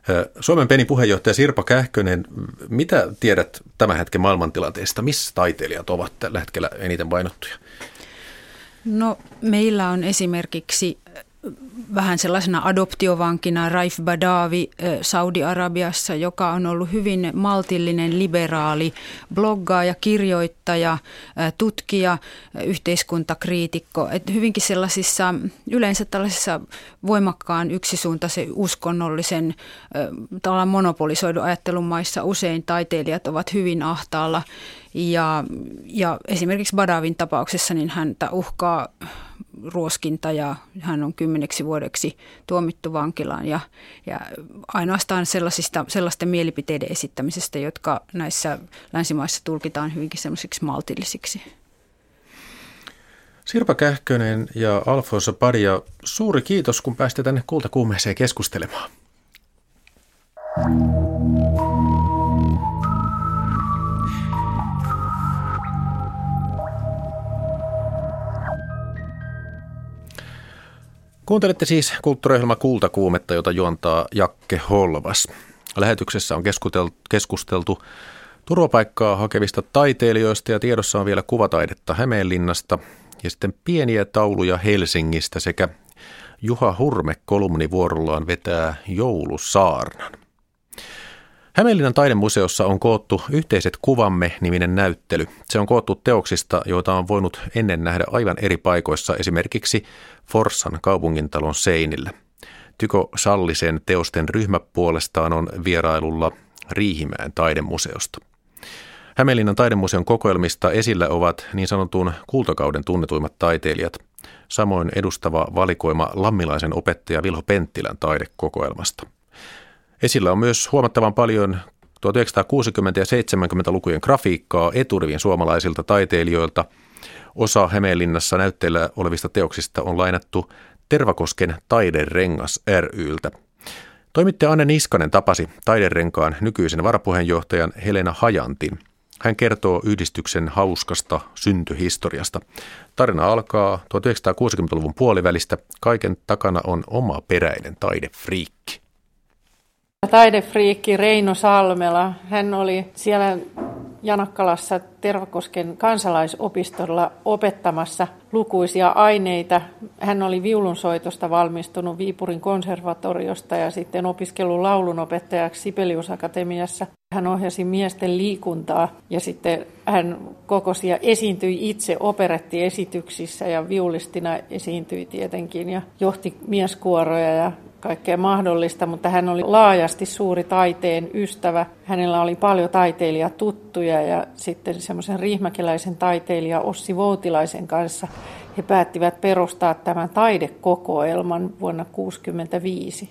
Suomen Penin puheenjohtaja Sirpa Kähkönen, mitä tiedät tämän hetken maailmantilanteesta? Missä taiteilijat ovat tällä hetkellä eniten vainottuja? No meillä on esimerkiksi vähän sellaisena adoptiovankina Raif Badawi Saudi-Arabiassa, joka on ollut hyvin maltillinen, liberaali, bloggaaja, kirjoittaja, tutkija, yhteiskuntakriitikko. Että hyvinkin sellaisissa, yleensä tällaisissa voimakkaan yksisuuntaisen uskonnollisen tavallaan monopolisoidun ajattelun maissa usein taiteilijat ovat hyvin ahtaalla. Ja, ja esimerkiksi Badawin tapauksessa niin häntä uhkaa ruoskinta ja hän on kymmeneksi vuodeksi tuomittu vankilaan ja, ja ainoastaan sellaisista, sellaisten mielipiteiden esittämisestä, jotka näissä länsimaissa tulkitaan hyvinkin semmoisiksi maltillisiksi. Sirpa Kähkönen ja Alfonso Badia, suuri kiitos, kun pääsitte tänne Kultakuumeeseen keskustelemaan. Kuuntelette siis kulttuuriohjelma Kultakuumetta, jota juontaa Jakke Holvas. Lähetyksessä on keskusteltu turvapaikkaa hakevista taiteilijoista ja tiedossa on vielä kuvataidetta Hämeenlinnasta ja sitten pieniä tauluja Helsingistä sekä Juha Hurme kolumnivuorollaan vetää joulusaarnan. Hämeenlinnan taidemuseossa on koottu Yhteiset kuvamme -niminen näyttely. Se on koottu teoksista, joita on voinut ennen nähdä aivan eri paikoissa, esimerkiksi Forssan kaupungintalon seinillä. Tyko Sallisen teosten ryhmä puolestaan on vierailulla Riihimäen taidemuseosta. Hämeenlinnan taidemuseon kokoelmista esillä ovat niin sanotun kultakauden tunnetuimmat taiteilijat, samoin edustava valikoima lammilaisen opettaja Vilho Penttilän taidekokoelmasta. Esillä on myös huomattavan paljon tuhatyhdeksänsataakuusikymmentä- ja seitsemänkymmentälukujen grafiikkaa eturivin suomalaisilta taiteilijoilta. Osa Hämeenlinnassa näytteillä olevista teoksista on lainattu Tervakosken Taiderengas ry:ltä. Toimittaja Anne Niskanen tapasi Taiderenkaan nykyisen varapuheenjohtajan Helena Hajantin. Hän kertoo yhdistyksen hauskasta syntyhistoriasta. Tarina alkaa tuhatyhdeksänsataakuusikymmentäluvun puolivälistä. Kaiken takana on oma peräinen taidefriikki. Taidefriikki Reino Salmela. Hän oli siellä Janakkalassa Tervakosken kansalaisopistolla opettamassa lukuisia aineita. Hän oli viulunsoitosta valmistunut Viipurin konservatoriosta ja sitten opiskellut laulunopettajaksi Sibelius Akatemiassa. Hän ohjasi miesten liikuntaa ja sitten hän kokosi ja esiintyi itse operettiesityksissä ja viulistina esiintyi tietenkin ja johti mieskuoroja ja kaikkea mahdollista, mutta hän oli laajasti suuri taiteen ystävä. Hänellä oli paljon taiteilijatuttuja ja sitten semmoisen riihimäkeläisen taiteilija Ossi Voutilaisen kanssa he päättivät perustaa tämän taidekokoelman vuonna tuhatyhdeksänsataakuusikymmentäviisi.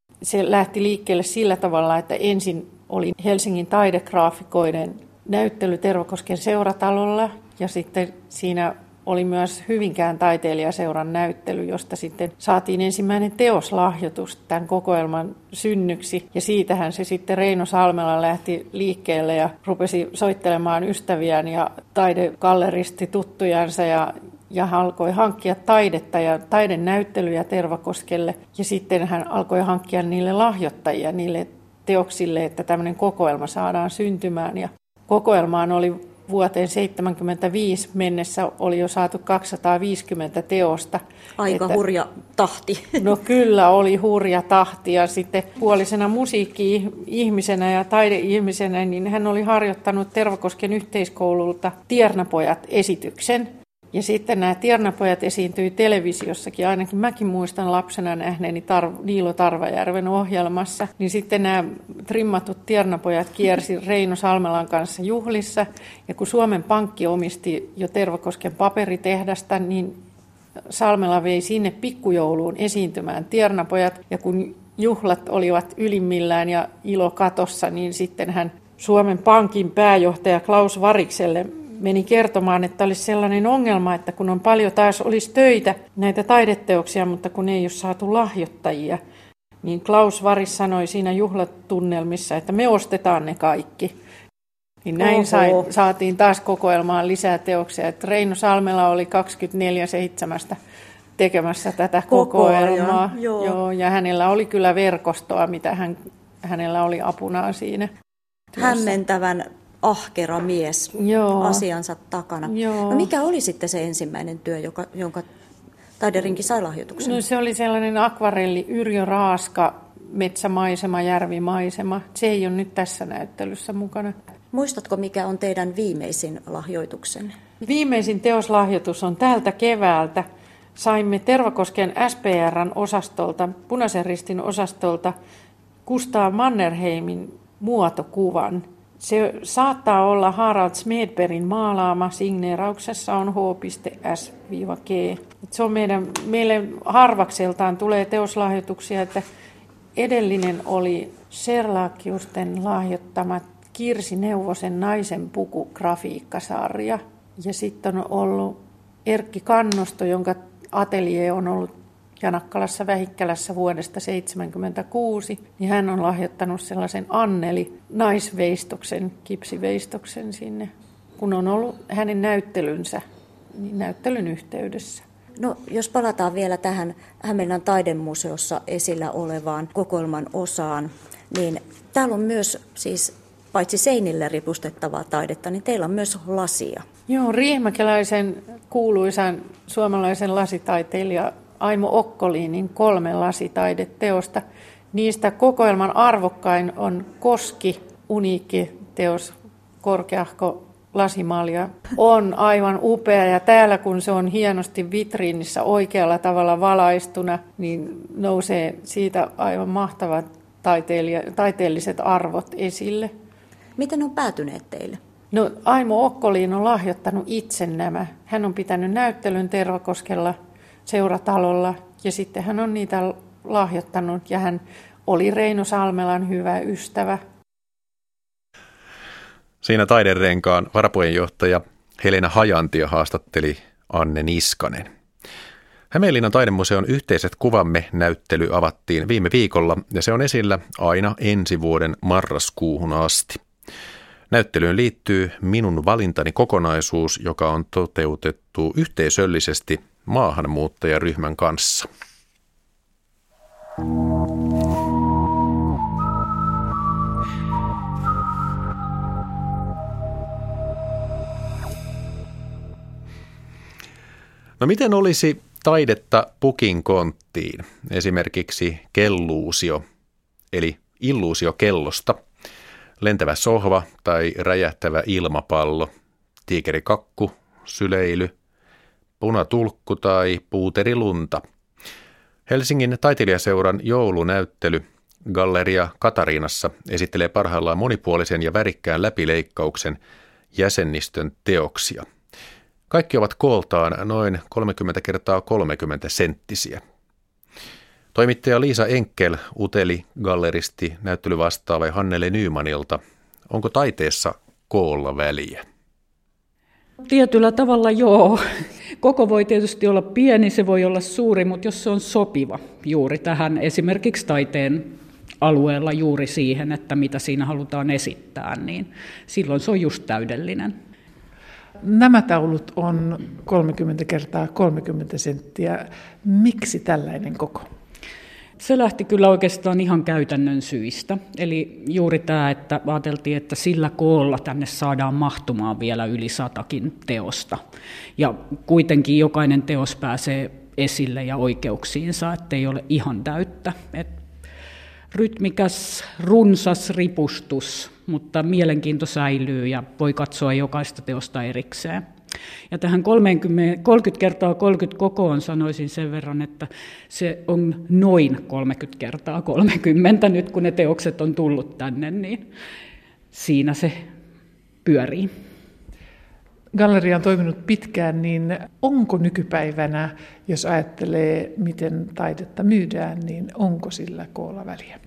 Se lähti liikkeelle sillä tavalla, että ensin oli Helsingin taidegraafikoiden näyttely Tervakosken seuratalolla ja sitten siinä oli myös Hyvinkään taiteilijaseuran näyttely, josta sitten saatiin ensimmäinen teoslahjoitus tämän kokoelman synnyksi. Ja siitähän se sitten Reino Salmela lähti liikkeelle ja rupesi soittelemaan ystäviään ja taidegalleristi tuttujansa ja ja hän alkoi hankkia taidetta ja taidenäyttelyjä Tervakoskelle. Ja sitten hän alkoi hankkia niille lahjoittajia niille teoksille, että tämmöinen kokoelma saadaan syntymään. Ja kokoelmaan oli vuoteen seitsemänkymmentäviisi mennessä oli jo saatu kaksisataaviisikymmentä teosta. Aika että, hurja tahti. No kyllä oli hurja tahti ja sitten puolisena musiikki-ihmisenä ja taideihmisenä, niin hän oli harjoittanut Tervakosken yhteiskoululta Tiernapojat-esityksen. Ja sitten nämä Tiernapojat esiintyi televisiossakin, ainakin mäkin muistan lapsena nähneeni Tar- Niilo Tarvajärven ohjelmassa. Niin sitten nämä trimmatut Tiernapojat kiersi Reino Salmelan kanssa juhlissa. Ja kun Suomen Pankki omisti jo Tervakosken paperitehdasta, niin Salmela vei sinne pikkujouluun esiintymään Tiernapojat. Ja kun juhlat olivat ylimmillään ja ilo katossa, niin sitten hän Suomen Pankin pääjohtaja Klaus Varikselle meni kertomaan, että olisi sellainen ongelma, että kun on paljon taas olisi töitä näitä taideteoksia, mutta kun ei ole saatu lahjoittajia, niin Klaus Varis sanoi siinä juhlatunnelmissa, että me ostetaan ne kaikki. Niin näin sai, saatiin taas kokoelmaan lisää teoksia. Että Reino Salmela oli kaksikymmentäneljä seitsemän tekemässä tätä kokoelmaa. Joo. Joo, ja hänellä oli kyllä verkostoa, mitä hän hänellä oli apunaan siinä työssä. Hämmentävän ahkera mies Joo. asiansa takana. Joo. No mikä oli sitten se ensimmäinen työ, joka, jonka taiderinki sai lahjoituksen? No se oli sellainen akvarelli, Yrjö Raaska, metsämaisema, järvimaisema. Se ei ole nyt tässä näyttelyssä mukana. Muistatko, mikä on teidän viimeisin lahjoituksenne? Viimeisin teoslahjoitus on tältä keväältä. Saimme Tervakosken S P R:n osastolta, Punaisen Ristin osastolta, Gustav Mannerheimin muotokuvan. Se saattaa olla Harald Smedbergin maalaama, signeerauksessa on H S G. Se on meidän, meille harvakseltaan tulee teoslahjoituksia, että edellinen oli Serlakiusten lahjoittama Kirsi Neuvosen naisen puku grafiikkasarja. Ja sitten on ollut Erkki Kannosto, jonka atelier on ollut Janakkalassa Vähikkälässä vuodesta seitsemänkymmentäkuusi, niin hän on lahjoittanut sellaisen Anneli naisveistoksen, kipsiveistoksen sinne, kun on ollut hänen näyttelynsä, niin näyttelyn yhteydessä. No, jos palataan vielä tähän Hämeenlinnan taidemuseossa esillä olevaan kokoelman osaan, niin täällä on myös siis paitsi seinille ripustettavaa taidetta, niin teillä on myös lasia. Joo, riihimäkeläisen kuuluisan suomalaisen lasitaiteilija Aimo Okkoliinin kolme lasitaideteosta. Niistä kokoelman arvokkain on Koski, uniikki teos, korkeahko lasimalja. On aivan upea ja täällä kun se on hienosti vitriinissä oikealla tavalla valaistuna, niin nousee siitä aivan mahtavat taiteelliset arvot esille. Miten on päätyneet teille? No, Aimo Okkoliin on lahjoittanut itse nämä. Hän on pitänyt näyttelyn Tervakoskella seuratalolla ja sitten hän on niitä lahjoittanut ja hän oli Reino Salmelan hyvä ystävä. Siinä Taiderenkaan varapuheenjohtaja Helena Hajantia haastatteli Anne Niskanen. Hämeenlinnan taidemuseon Yhteiset kuvamme -näyttely avattiin viime viikolla ja se on esillä aina ensi vuoden marraskuuhun asti. Näyttelyyn liittyy Minun valintani kokonaisuus, joka on toteutettu yhteisöllisesti maahanmuuttajaryhmän kanssa. No miten olisi taidetta pukin konttiin, esimerkiksi kelluusio, eli illuusio kellosta, lentävä sohva tai räjähtävä ilmapallo, tiikerikakku, syleily, punatulkku tai puuterilunta. Helsingin taiteilijaseuran joulunäyttely Galleria Katariinassa esittelee parhaillaan monipuolisen ja värikkään läpileikkauksen jäsennistön teoksia. Kaikki ovat kooltaan noin kolmekymmentä kertaa kolmekymmentä senttisiä. Toimittaja Liisa Enkel uteli galleristi näyttelyvastaava Hannele Nymanilta. Onko taiteessa koolla väliä? Tietyllä tavalla joo. Koko voi tietysti olla pieni, se voi olla suuri, mutta jos se on sopiva juuri tähän esimerkiksi taiteen alueella juuri siihen, että mitä siinä halutaan esittää, niin silloin se on just täydellinen. Nämä taulut on kolmekymmentä kertaa kolmekymmentä senttiä. Miksi tällainen koko? Se lähti kyllä oikeastaan ihan käytännön syistä. Eli juuri tämä, että ajateltiin, että sillä koolla tänne saadaan mahtumaan vielä yli satakin teosta. Ja kuitenkin jokainen teos pääsee esille ja oikeuksiinsa, ettei ole ihan täyttä. Et rytmikäs, runsas ripustus, mutta mielenkiinto säilyy ja voi katsoa jokaista teosta erikseen. Ja tähän kolmekymmentä kertaa kolmekymmentä kokoon sanoisin sen verran, että se on noin kolmekymmentä kertaa kolmekymmentä nyt kun ne teokset on tullut tänne, niin siinä se pyörii. Galleria on toiminut pitkään, niin onko nykypäivänä, jos ajattelee miten taidetta myydään, niin onko sillä koolla väliä?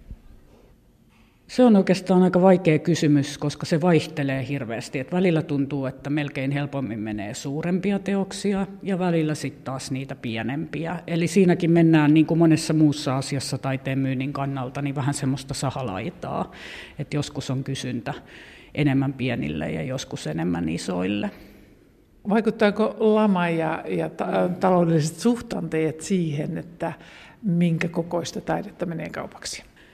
Se on oikeastaan aika vaikea kysymys, koska se vaihtelee hirveästi. Et välillä tuntuu, että melkein helpommin menee suurempia teoksia ja välillä sitten taas niitä pienempiä. Eli siinäkin mennään niin kuin monessa muussa asiassa taiteen myynnin kannalta niin vähän semmoista sahalaitaa, että joskus on kysyntä enemmän pienille ja joskus enemmän isoille. Vaikuttaako lama ja, ja ta- taloudelliset suhtanteet siihen, että minkä kokoista taidetta menee kaupaksi?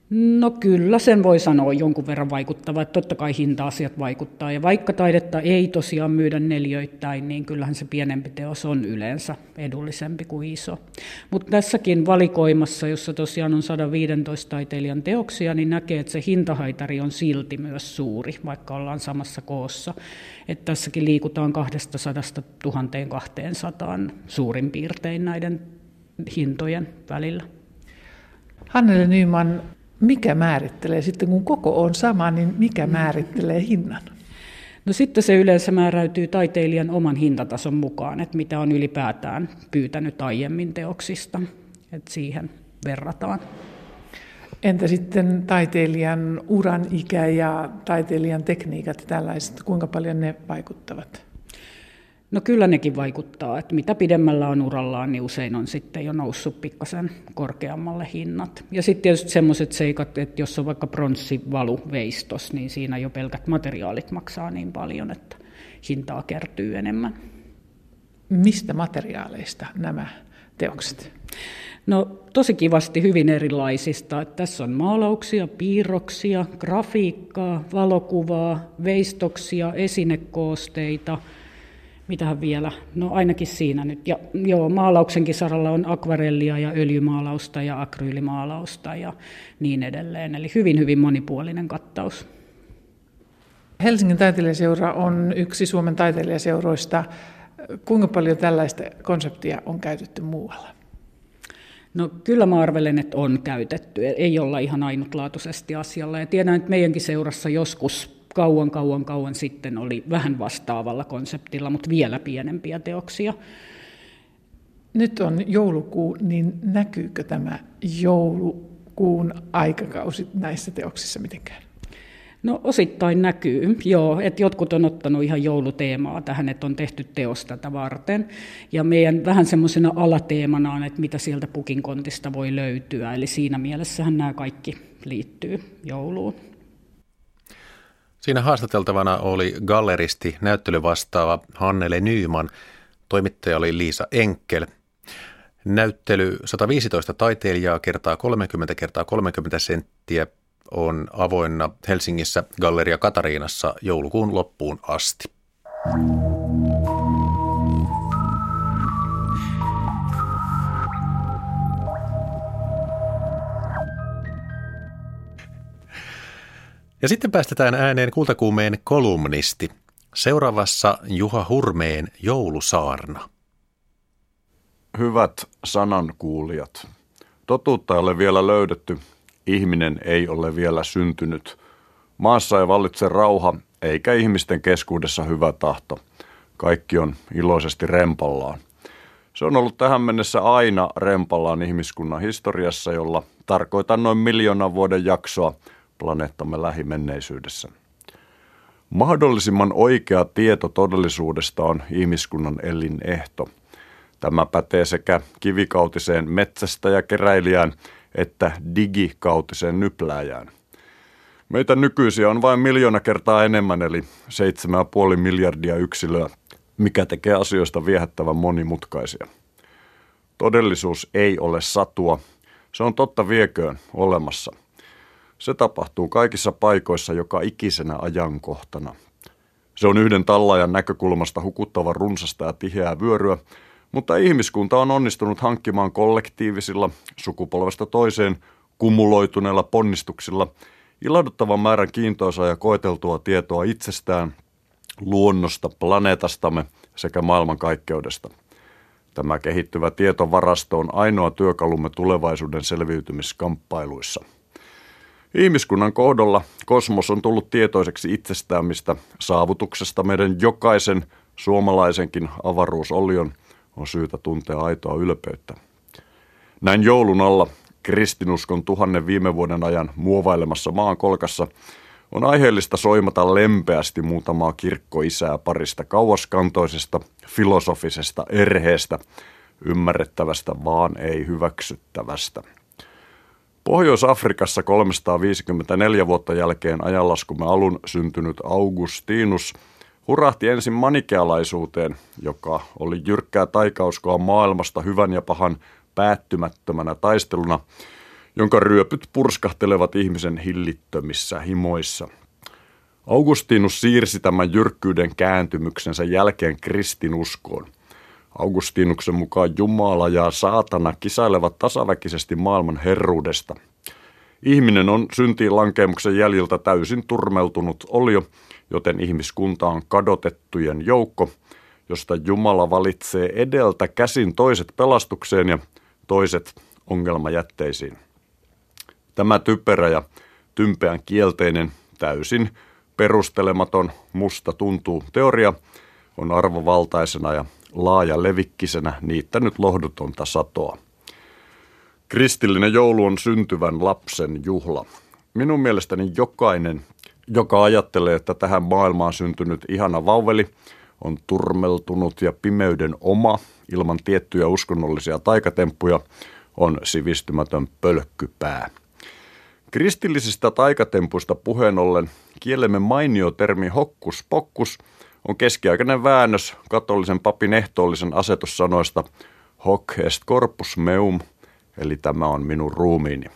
No kyllä, sen voi sanoa jonkun verran vaikuttava, että totta kai hinta-asiat vaikuttaa. Ja vaikka taidetta ei tosiaan myydä neliöittäin, niin kyllähän se pienempi teos on yleensä edullisempi kuin iso. Mutta tässäkin valikoimassa, jossa tosiaan on sata viisitoista taiteilijan teoksia, niin näkee, että se hintahaitari on silti myös suuri, vaikka ollaan samassa koossa. Että tässäkin liikutaan kaksisataa tuhatkaksisataa suurin piirtein näiden hintojen välillä. Hannele Nyman, mikä määrittelee sitten, kun koko on sama, niin mikä määrittelee hinnan? No sitten se yleensä määräytyy taiteilijan oman hintatason mukaan, että mitä on ylipäätään pyytänyt aiemmin teoksista, että siihen verrataan. Entä sitten taiteilijan uran ikä ja taiteilijan tekniikat ja tällaiset, kuinka paljon ne vaikuttavat? No kyllä nekin vaikuttaa, että mitä pidemmällä on urallaan, niin usein on sitten jo noussut pikkasen korkeammalle hinnat. Ja sitten tietysti semmoiset seikat, että jos on vaikka pronssivaluveistos, niin siinä jo pelkät materiaalit maksaa niin paljon, että hintaa kertyy enemmän. Mistä materiaaleista nämä teokset? No tosi kivasti hyvin erilaisista. Että tässä on maalauksia, piirroksia, grafiikkaa, valokuvaa, veistoksia, esinekoosteita. Mitähän vielä? No ainakin siinä nyt. Ja joo, maalauksenkin saralla on akvarellia ja öljymaalausta ja akryylimaalausta ja niin edelleen. Eli hyvin, hyvin monipuolinen kattaus. Helsingin taiteilijaseura on yksi Suomen taiteilijaseuroista. Kuinka paljon tällaista konseptia on käytetty muualla? No kyllä mä arvelen, että on käytetty. Ei olla ihan ainutlaatuisesti asialla. Ja tiedän, että meidänkin seurassa joskus kauan, kauan, kauan sitten oli vähän vastaavalla konseptilla, mutta vielä pienempiä teoksia. Nyt on joulukuu, niin näkyykö tämä joulukuun aikakausi näissä teoksissa mitenkään? No osittain näkyy, joo, että jotkut on ottanut ihan jouluteemaa tähän, että on tehty teos tätä varten. Ja meidän vähän semmoisena alateemana on, että mitä sieltä pukinkontista voi löytyä, eli siinä mielessähän nämä kaikki liittyy jouluun. Siinä haastateltavana oli galleristi, näyttelyvastaava Hannele Nyman, toimittaja oli Liisa Enkel. Näyttely sata viisitoista taiteilijaa kertaa kolmekymmentä kertaa kolmekymmentä senttiä on avoinna Helsingissä Galleria Katariinassa joulukuun loppuun asti. Ja sitten päästetään ääneen Kultakuumeen kolumnisti. Seuraavassa Juha Hurmeen joulusaarna. Hyvät sanankuulijat, totuutta ei ole vielä löydetty, ihminen ei ole vielä syntynyt. Maassa ei vallitse rauha, eikä ihmisten keskuudessa hyvä tahto. Kaikki on iloisesti rempallaan. Se on ollut tähän mennessä aina rempallaan ihmiskunnan historiassa, jolla tarkoitan noin miljoonan vuoden jaksoa planeettamme lähimenneisyydessä. Mahdollisimman oikea tieto todellisuudesta on ihmiskunnan elinehto. Tämä pätee sekä kivikautiseen metsästäjäkeräilijään että digikautiseen nyplääjään. Meitä nykyisiä on vain miljoona kertaa enemmän, eli seitsemän pilkku viisi miljardia yksilöä, mikä tekee asioista viehättävän monimutkaisia. Todellisuus ei ole satua, se on totta vieköön olemassa. Se tapahtuu kaikissa paikoissa joka ikisenä ajankohtana. Se on yhden tallaajan näkökulmasta hukuttava runsasta ja tiheää vyöryä, mutta ihmiskunta on onnistunut hankkimaan kollektiivisilla, sukupolvesta toiseen, kumuloituneilla ponnistuksilla ilahduttavan määrän kiintoisaa ja koeteltua tietoa itsestään, luonnosta, planeetastamme sekä maailmankaikkeudesta. Tämä kehittyvä tietovarasto on ainoa työkalumme tulevaisuuden selviytymiskamppailuissa. Ihmiskunnan kohdalla kosmos on tullut tietoiseksi itsestään, mistä saavutuksesta meidän jokaisen suomalaisenkin avaruusollion on syytä tuntea aitoa ylpeyttä. Näin joulun alla kristinuskon tuhannen viime vuoden ajan muovailemassa maankolkassa on aiheellista soimata lempeästi muutamaa kirkkoisää parista kauaskantoisesta, filosofisesta erheestä, ymmärrettävästä vaan ei hyväksyttävästä. Pohjois-Afrikassa kolmesataaviisikymmentäneljä vuotta jälkeen ajanlaskumme alun syntynyt Augustinus hurahti ensin manikealaisuuteen, joka oli jyrkkää taikauskoa maailmasta hyvän ja pahan päättymättömänä taisteluna, jonka ryöpyt purskahtelevat ihmisen hillittömissä himoissa. Augustinus siirsi tämän jyrkkyyden kääntymyksensä jälkeen kristinuskoon. Augustinuksen mukaan Jumala ja saatana kisailevat tasaväkisesti maailman herruudesta. Ihminen on syntiin lankeemuksen jäljiltä täysin turmeltunut olio, joten ihmiskunta on kadotettujen joukko, josta Jumala valitsee edeltä käsin toiset pelastukseen ja toiset ongelmajätteisiin. Tämä typerä ja tympeän kielteinen, täysin perustelematon, musta tuntuu teoria on arvovaltaisena ja laaja levikkisenä niittänyt lohdutonta satoa. Kristillinen joulu on syntyvän lapsen juhla. Minun mielestäni jokainen, joka ajattelee, että tähän maailmaan syntynyt ihana vauveli on turmeltunut ja pimeyden oma ilman tiettyjä uskonnollisia taikatemppuja, on sivistymätön pölkkypää. Kristillisistä taikatempuista puheen ollen kielemme mainio termi hokkus pokkus on keskiaikainen väännös katolisen papin ehtoollisen asetussanoista hoc est corpus meum, eli tämä on minun ruumiini.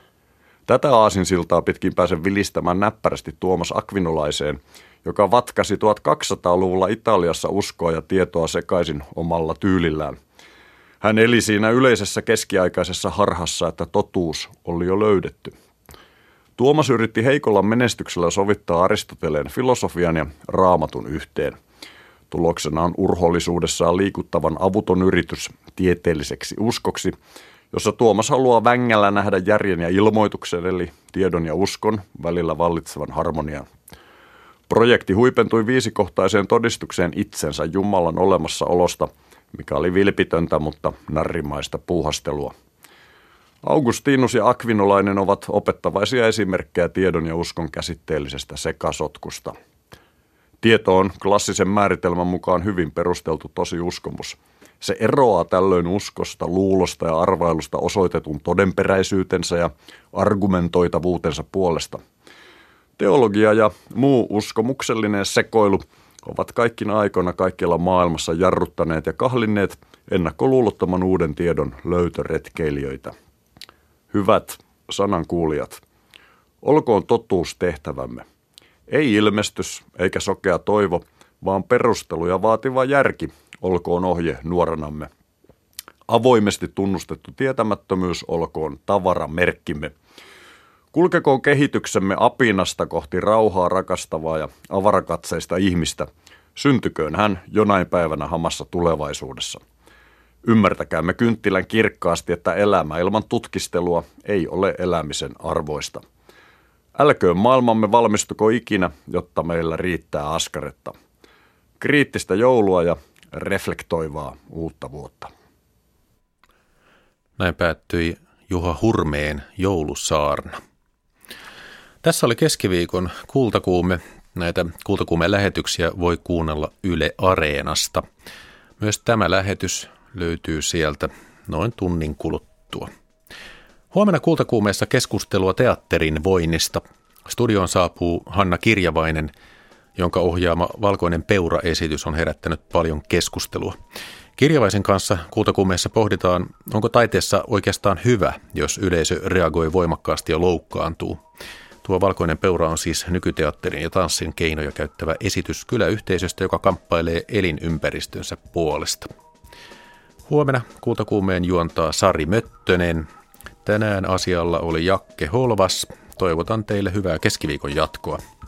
Tätä aasinsiltaa pitkin pääsen vilistämään näppärästi Tuomas Akvinolaiseen, joka vatkasi tuhatkaksisataaluvulla Italiassa uskoa ja tietoa sekaisin omalla tyylillään. Hän eli siinä yleisessä keskiaikaisessa harhassa, että totuus oli jo löydetty. Tuomas yritti heikolla menestyksellä sovittaa Aristoteleen filosofian ja raamatun yhteen. Tuloksena on urhollisuudessaan liikuttavan avuton yritys tieteelliseksi uskoksi, jossa Tuomas haluaa vängällä nähdä järjen ja ilmoituksen, eli tiedon ja uskon välillä vallitsevan harmonian. Projekti huipentui viisikohtaiseen todistukseen itsensä Jumalan olemassaolosta, mikä oli vilpitöntä, mutta narrimaista puuhastelua. Augustinus ja Akvinolainen ovat opettavaisia esimerkkejä tiedon ja uskon käsitteellisestä sekasotkusta. Tieto on klassisen määritelmän mukaan hyvin perusteltu tosiuskomus. Se eroaa tällöin uskosta, luulosta ja arvailusta osoitetun todenperäisyytensä ja argumentoitavuutensa puolesta. Teologia ja muu uskomuksellinen sekoilu ovat kaikkina aikoina kaikkialla maailmassa jarruttaneet ja kahlinneet ennakkoluulottoman uuden tiedon löytöretkeilijöitä. Hyvät sanankuulijat, olkoon totuus tehtävämme. Ei ilmestys eikä sokea toivo, vaan perusteluja vaativa järki olkoon ohje nuoranamme. Avoimesti tunnustettu tietämättömyys olkoon tavaramerkkimme. Kulkekoon kehityksemme apinasta kohti rauhaa rakastavaa ja avarakatseista ihmistä. Syntyköön hän jonain päivänä hamassa tulevaisuudessa. Ymmärtäkäämme kynttilän kirkkaasti, että elämä ilman tutkistelua ei ole elämisen arvoista. Älköön maailmamme valmistuko ikinä, jotta meillä riittää askaretta. Kriittistä joulua ja reflektoivaa uutta vuotta. Näin päättyi Juha Hurmeen joulusaarna. Tässä oli keskiviikon Kultakuume. Näitä Kultakuumeen lähetyksiä voi kuunnella Yle Areenasta. Myös tämä lähetys löytyy sieltä noin tunnin kuluttua. Huomenna Kultakuumeessa keskustelua teatterin voinnista. Studioon saapuu Hanna Kirjavainen, jonka ohjaama Valkoinen peura-esitys on herättänyt paljon keskustelua. Kirjavaisen kanssa Kultakuumeessa pohditaan, onko taiteessa oikeastaan hyvä, jos yleisö reagoi voimakkaasti ja loukkaantuu. Tuo Valkoinen peura on siis nykyteatterin ja tanssin keinoja käyttävä esitys kyläyhteisöstä, joka kamppailee elinympäristönsä puolesta. Huomenna Kultakuumeen juontaa Sari Möttönen. Tänään asialla oli Jakke Holvas. Toivotan teille hyvää keskiviikon jatkoa.